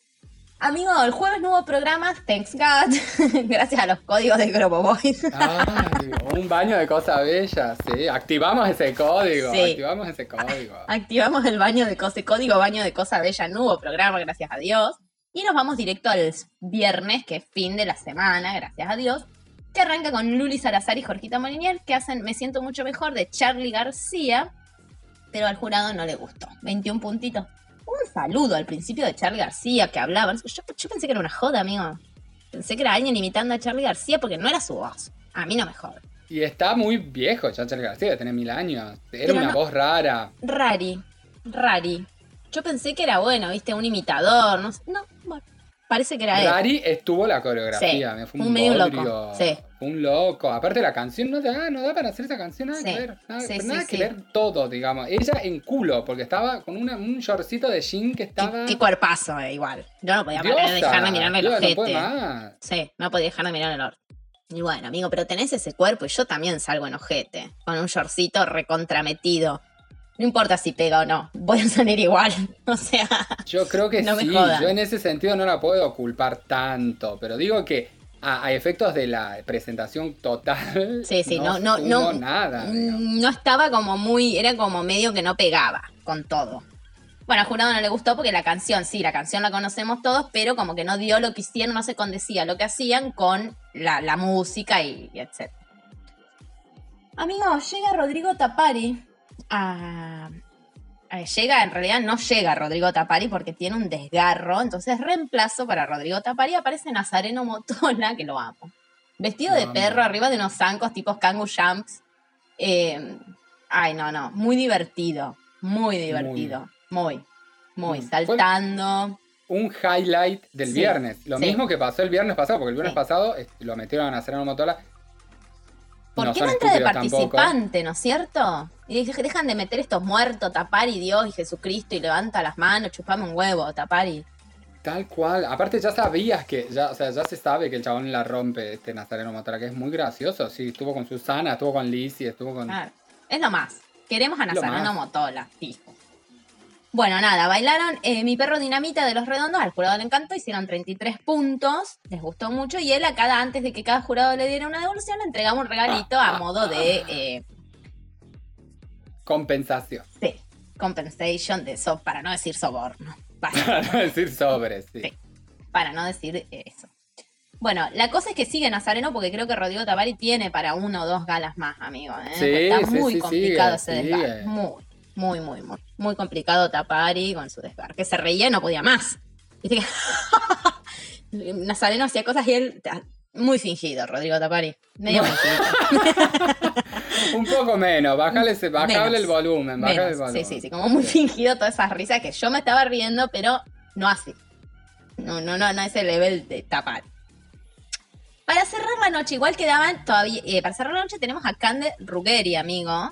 Amigo, el jueves no hubo programas, thanks God. Gracias a los códigos de Grobo Boys. Ay, un baño de cosas bellas, sí. Activamos ese código, sí. activamos ese código. Activamos el baño de cosas, código baño de cosas bellas. No hubo programa, gracias a Dios. Y nos vamos directo al viernes, que es fin de la semana, gracias a Dios, que arranca con Luli Salazar y Jorgita Molinier, que hacen Me Siento Mucho Mejor de Charly García, pero al jurado no le gustó. veintiún puntitos. Un saludo al principio de Charly García, que hablaba. Yo, yo pensé que era una joda, amigo. Pensé que era alguien imitando a Charly García porque no era su voz. A mí no me joda. Y está muy viejo ya Charly García, tiene mil años. Era pero una no, voz rara. Rari, rari. Yo pensé que era bueno, viste, un imitador, no, no bueno, parece que era él. Rari estuvo la coreografía, sí, me fue un, un medio bodrio, loco, sí. un loco. Aparte la canción no da, no da para hacer esa canción, nada sí, que ver, nada, sí, nada sí, que sí. ver todo, digamos. Ella en culo, porque estaba con una, un shortcito de jean que estaba... Qué, qué cuerpazo, eh, igual. Yo no podía Diosa, dejar de mirarle el Dios, ojete. No puede más. Sí, no podía dejar de mirar el orto. Y bueno, amigo, pero tenés ese cuerpo y yo también salgo en ojete, con un shortcito recontrametido. No importa si pega o no, voy a salir igual, o sea... Yo creo que no sí, yo en ese sentido no la puedo culpar tanto, pero digo que a, a efectos de la presentación total, sí, sí, no, no, no, no nada. No estaba como muy, era como medio que no pegaba con todo. Bueno, al jurado no le gustó porque la canción, sí, la canción la conocemos todos, pero como que no dio lo que hicieron, no se condecía lo que hacían con la, la música y, y etcétera. Amigo, llega Rodrigo Tapari. A, a, llega, en realidad no llega Rodrigo Tapari porque tiene un desgarro, entonces reemplazo para Rodrigo Tapari aparece Nazareno Motola, que lo amo, vestido no, de perro, no. arriba de unos zancos tipos Kangoo Jumps. Eh, ay, no, no, muy divertido, muy divertido, muy, muy, muy saltando. Un highlight del sí, viernes, lo sí. mismo que pasó el viernes pasado, porque el viernes sí. pasado lo metieron a Nazareno Motola. ¿Por no qué no entra de participante, tampoco. ¿no es cierto? Y dejan de meter estos muertos, Tapari, Dios y Jesucristo, y levanta las manos, chupame un huevo, Tapari. Tal cual. Aparte ya sabías que, ya, o sea, ya se sabe que el chabón la rompe, este Nazareno Motola, que es muy gracioso. Sí, estuvo con Susana, estuvo con Lizzy, estuvo con... Claro. Es lo más. Queremos a Nazareno Motola, fijo. Bueno, nada, bailaron eh, Mi Perro Dinamita de Los Redondos, al jurado le encantó, hicieron treinta y tres puntos, les gustó mucho, y él a cada, antes de que cada jurado le diera una devolución, le entregaba un regalito a modo de... Eh, compensación. Sí, compensation, de so, para no decir soborno. Para no decir sobre, sí. sí. Para no decir eso. Bueno, la cosa es que sigue Nazareno porque creo que Rodrigo Tapari tiene para uno o dos galas más, amigo. ¿eh? Sí, está sí, muy sí, complicado sigue, ese desgarre, muy. Muy, muy, muy, muy complicado Tapari con su desgarre. Que se reía y no podía más. Viste que Nazareno hacía cosas y él... Muy fingido, Rodrigo Tapari. Medio fingido. Un poco menos. Bájale, bájale el volumen. Bájale el volumen. Sí, sí, sí. Como muy fingido todas esas risas que yo me estaba riendo, pero no así. No, no, no, no ese level de Tapari. Para cerrar la noche, igual quedaban todavía... Eh, para cerrar la noche tenemos a Cande Ruggeri, amigo.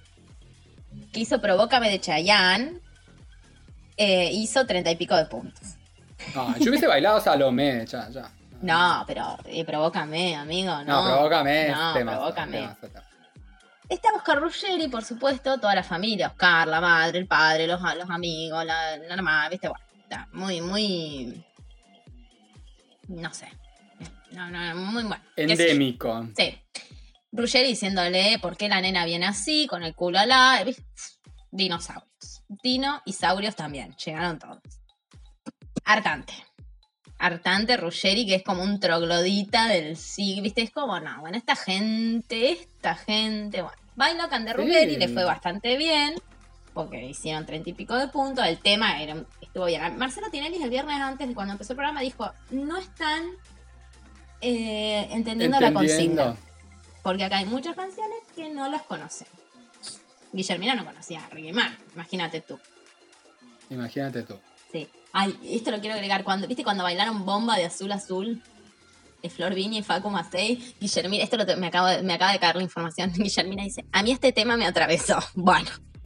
Que hizo Provócame de Chayanne, eh, hizo treinta y pico de puntos. No, yo hubiese bailado Salomé, ya, ya. No, pero eh, provócame, amigo, no. No, provócame. No, temazo, provócame. temazo, temazo. Está Oscar Ruggeri, por supuesto, toda la familia, Oscar, la madre, el padre, los, los amigos, la, la hermana, viste, bueno, está muy, muy, no sé, no, no, muy bueno. Endémico. Sí. Ruggeri diciéndole por qué la nena viene así, con el culo alá, ¿viste? Dinosaurios. Dino y saurios también, llegaron todos. Hartante. Hartante Ruggeri, que es como un troglodita del siglo, ¿viste? Es como, no, bueno, esta gente, esta gente, bueno. Bailó Cande Ruggeri, Sí. le fue bastante bien, porque hicieron treinta y pico de puntos, el tema era, estuvo bien. Marcelo Tinelli el viernes antes de cuando empezó el programa dijo, no están eh, entendiendo, la Entendiendo. consigna, porque acá hay muchas canciones que no las conocen. Guillermina no conocía a Ricky Martin, imagínate tú. Imagínate tú. Sí. Ay, esto lo quiero agregar. Cuando, ¿viste cuando bailaron Bomba de Azul Azul? De Flor Viña y Facu Macei. Guillermina, esto lo te- me, acabo de- me acaba de caer la información. Guillermina dice, a mí este tema me atravesó. Bueno.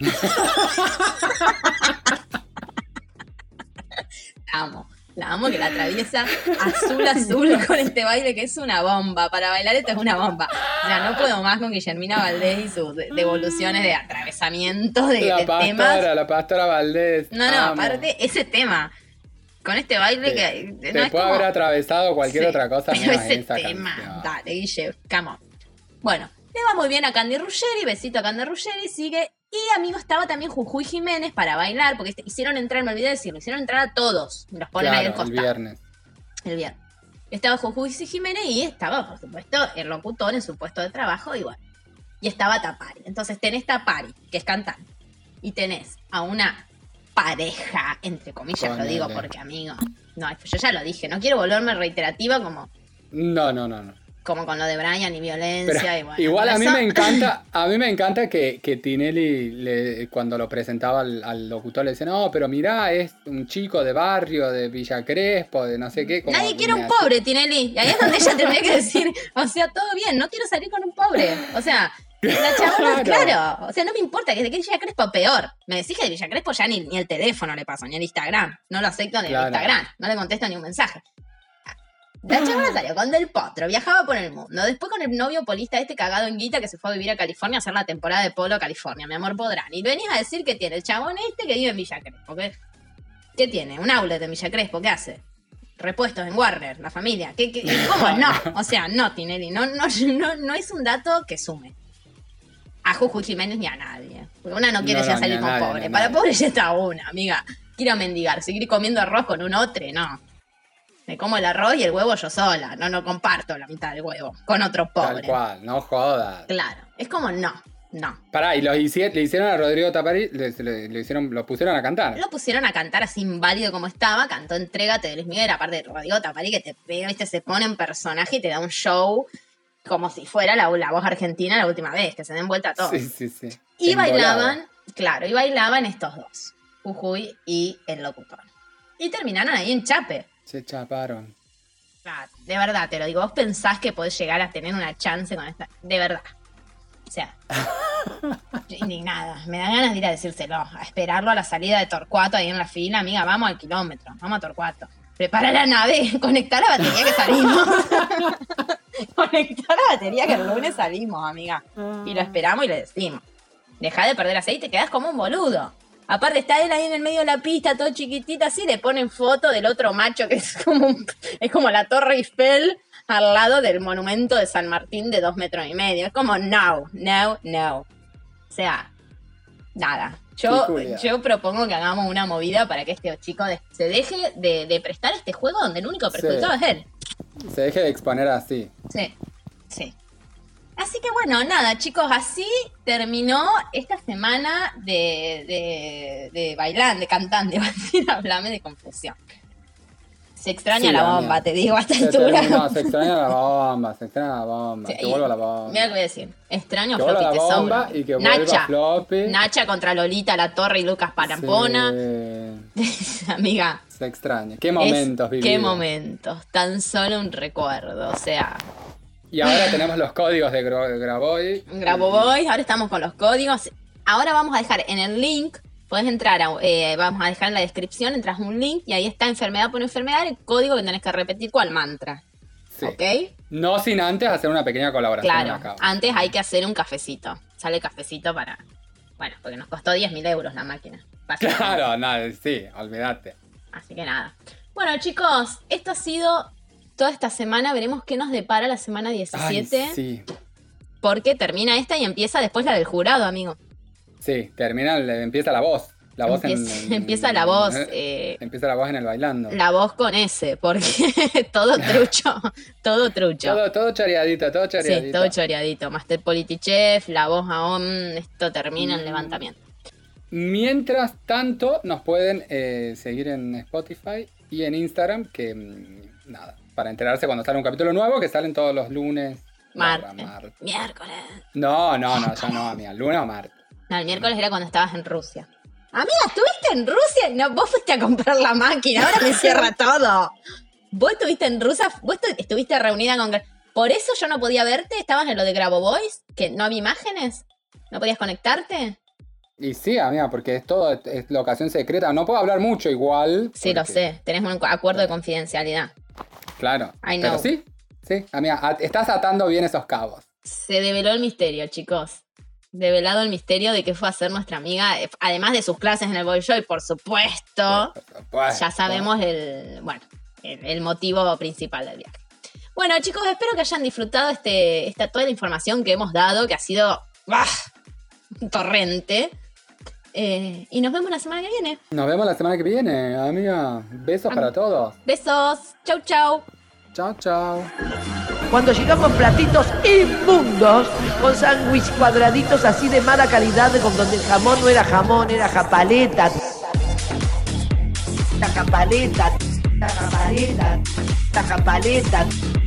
La amo. La amo que la atraviesa azul azul con este baile que es una bomba. Para bailar esto es una bomba. O sea, no puedo más con Guillermina Valdés y sus de- devoluciones de atravesamientos de, la de pastora, temas. la pastora Valdés. No, no, amo. aparte, ese tema, con este baile Sí. que... Te no, es puede como- haber atravesado cualquier Sí, otra cosa pero menos ese esa tema, canción. dale, Guille, come on. Bueno, le va muy bien a Candy Ruggeri, besito a Candy Ruggeri, sigue. Y amigo, estaba también Jujuy Jiménez para bailar, porque este- hicieron entrar, me olvidé decirlo, hicieron entrar a todos, los ponen ahí al Claro, el costado. viernes. El viernes. Estaba Jujuy Jiménez y estaba, por supuesto, el locutor en su puesto de trabajo y bueno. Y estaba Tapari. Entonces tenés Tapari, que es cantante. Y tenés a una pareja, entre comillas, lo Ponele. digo porque, amigo, no, yo ya lo dije, no quiero volverme reiterativa como, No, no, no, no. como con lo de Brian y violencia Pero y bueno. igual a todo mí eso. me encanta, a mí me encanta que, que Tinelli le- cuando lo presentaba al, al locutor le dice, no, pero mirá, es un chico de barrio, de Villa Crespo, de no sé qué. como Nadie quiere me un hace- pobre, Tinelli. Y ahí es donde ella tendría que decir, o sea, todo bien, no quiero salir con un pobre. O sea, la chabona, Claro. claro. O sea, no me importa que de que Villa Crespo peor. Me decís que de Villa Crespo ya ni, ni el teléfono le paso, ni el Instagram. No lo acepto ni el Claro. Instagram. No le contesto ni un mensaje. La chabona salió con Del Potro, viajaba por el mundo. Después con el novio polista este cagado en guita que se fue a vivir a California a hacer la temporada de Polo California. Mi amor, podrán. Y venís a decir que tiene el chabón este que vive en Villa Crespo. ¿Qué, qué tiene? ¿Un outlet en Villa Crespo? ¿Qué hace? Repuestos en Warner, la familia. ¿Qué, qué, ¿Cómo no? O sea, no, Tinelli. No, no, no, no es un dato que sume. A Jujuy Jiménez ni a nadie. Porque una no quiere No, ya no, salir ni a con nadie, pobre. ni a Para nadie. pobre ya está una, amiga. Quiero mendigar, seguir comiendo arroz con un otro, no. Me como el arroz y el huevo yo sola. No, no comparto la mitad del huevo con otro Tal pobre. cual, no jodas. Claro. Es como no, no. Pará, y los hici- le hicieron a Rodrigo Tapari, le, le- le hicieron, lo pusieron a cantar. Lo pusieron a cantar así inválido como estaba, cantó Entrégate de Luis Miguel, aparte de Rodrigo Tapari que te pega, ¿viste? Se pone en personaje y te da un show como si fuera la, la voz argentina la última vez, que se den vuelta a todos. Sí, sí, sí. Y Engolado. bailaban, claro, y bailaban estos dos, Jujuy y el locutor. Y terminaron ahí en Chape. Se chaparon. Claro, de verdad, te lo digo, vos pensás que podés llegar a tener una chance con esta, de verdad. O sea, yo indignada, me da ganas de ir a decírselo, a esperarlo a la salida de Torcuato ahí en la fila, amiga, vamos al kilómetro, vamos a Torcuato. Prepara la nave, conectá la batería que salimos. Conectá la batería que el lunes salimos, amiga. Y lo esperamos y le decimos. Dejá de perder aceite, quedás como un boludo. Aparte está él ahí en el medio de la pista, todo chiquitito así, le ponen foto del otro macho que es como un- es como la Torre Eiffel al lado del monumento de San Martín de dos metros y medio. Es como no, no, no. O sea, nada. Yo, Peculiar. yo propongo que hagamos una movida para que este chico de- se deje de, de prestar este juego donde el único perjudicado Sí. es él. Se deje de exponer así. Sí, sí. Así que bueno, nada, chicos, así terminó esta semana de, de, de bailán, de cantante, hablame de confusión. Se extraña Sí, la amiga. bomba, te digo, a esta Se altura. terminó, se extraña la bomba, se extraña la bomba. Sí, Que y- vuelva la bomba. Mira lo que voy a decir. Extraño a Que vuelva Floppy la bomba Tesouro. y que vuelva Nacha. Floppy. Nacha contra Lolita La Torre y Lucas Parampona. Sí, Amiga. se extraña. Qué momentos es- vividos. Qué momentos. Tan solo un recuerdo. O sea, Y ahora tenemos los códigos de Gra- Graboy. Grabovoice, ahora estamos con los códigos. Ahora vamos a dejar en el link, puedes entrar, a, eh, vamos a dejar en la descripción, entras un link y ahí está enfermedad por enfermedad, el código que tenés que repetir cual mantra. Sí. ¿Ok? No sin antes hacer una pequeña colaboración. Claro, acá. antes hay que hacer un cafecito. Sale cafecito para... Bueno, porque nos costó diez mil euros la máquina. básicamente. Claro, nada, sí, olvídate. Así que nada. Bueno, chicos, esto ha sido toda esta semana. Veremos qué nos depara la semana diecisiete. Ay, sí, Porque termina esta y empieza después la del jurado, amigo. sí, termina, le- empieza la voz. La voz Empieza, en, en- empieza la voz. eh, eh, Empieza la voz en el bailando. la voz con S, porque todo trucho. Todo trucho. Todo, todo choreadito, todo Sí, choreadito. todo choreadito. Master Polity Chef, la voz a on, esto termina en Mm. levantamiento. Mientras tanto, nos pueden eh, seguir en Spotify y en Instagram, que mm, nada, para enterarse cuando sale un capítulo nuevo, que salen todos los lunes. barra Martes. martes. Miércoles. No, no, no, ya no, amiga, lunes o martes. No, el miércoles era cuando estabas en Rusia. Amiga, ¿estuviste en Rusia? No, vos fuiste a comprar la máquina, ahora me cierra todo. Vos estuviste en Rusia, vos tu- estuviste reunida con... Por eso yo no podía verte, estabas en lo de Grabo Voice, que no había imágenes, no podías conectarte. Y sí, amiga, porque es todo, es locación secreta. No puedo hablar mucho igual. Sí, lo porque- sé, tenés un acuerdo de confidencialidad. Claro. I Pero know. sí, sí, amiga, at- estás atando bien esos cabos. Se develó el misterio, chicos. Develado el misterio de qué fue a hacer nuestra amiga, eh, además de sus clases en el Bolshoi, por supuesto. Por supuesto. Ya sabemos el, bueno, el, el motivo principal del viaje. Bueno, chicos, espero que hayan disfrutado este, esta, toda la información que hemos dado, que ha sido ¡bah! Un torrente. Eh, y nos vemos la semana que viene. Nos vemos la semana que viene, amiga. Besos para todos. Besos. Chau, chau. Chao, chao. Cuando llegamos platitos inmundos, con sándwich cuadraditos así de mala calidad, con donde el jamón no era jamón, era japaleta. La japaleta, la japaleta, la japaleta.